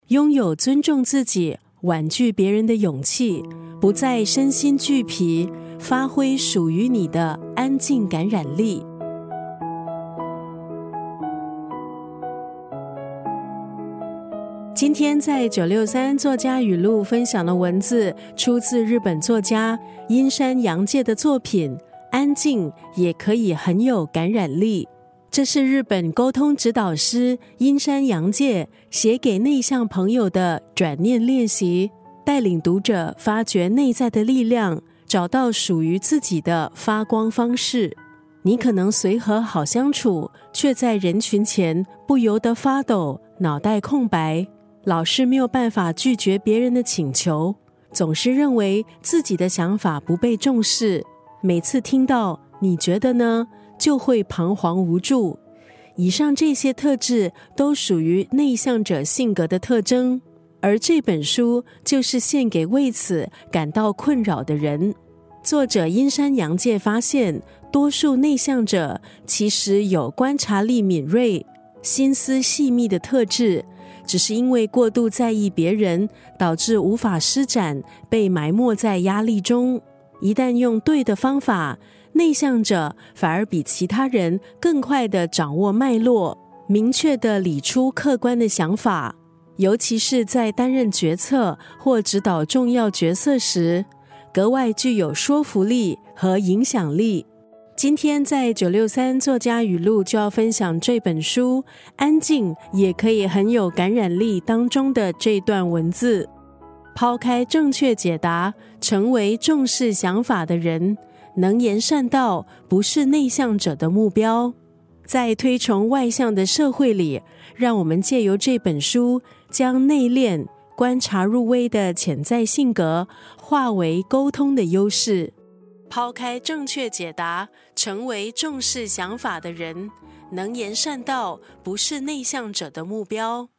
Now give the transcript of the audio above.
拥有尊重自己、婉拒别人的勇气，不再身心俱疲，发挥属于你的安静感染力。今天在963作家语录分享的文字出自日本作家阴山洋介的作品《安静也可以很有感染力》。这是日本沟通指导师阴山洋介写给内向朋友的转念练习，带领读者发掘内在的力量，找到属于自己的发光方式。你可能随和好相处，却在人群前不由得发抖，脑袋空白，老是没有办法拒绝别人的请求，总是认为自己的想法不被重视，每次听到你觉得呢，就会彷徨无助。以上这些特质都属于内向者性格的特征，而这本书就是献给为此感到困扰的人。作者阴山洋介发现，多数内向者其实有观察力敏锐、心思细密的特质，只是因为过度在意别人，导致无法施展，被埋没在压力中。一旦用对的方法，内向者反而比其他人更快地掌握脉络，明确地理出客观的想法，尤其是在担任决策或指导重要角色时，格外具有说服力和影响力。今天在963作家语录就要分享这本书《安静也可以很有感染力》当中的这段文字：抛开正确解答，成为重视想法的人，能言善道不是内向者的目标。在推崇外向的社会里，让我们借由这本书，将内敛、观察入微的潜在性格化为沟通的优势。抛开正确解答，成为重视想法的人，能言善道不是内向者的目标。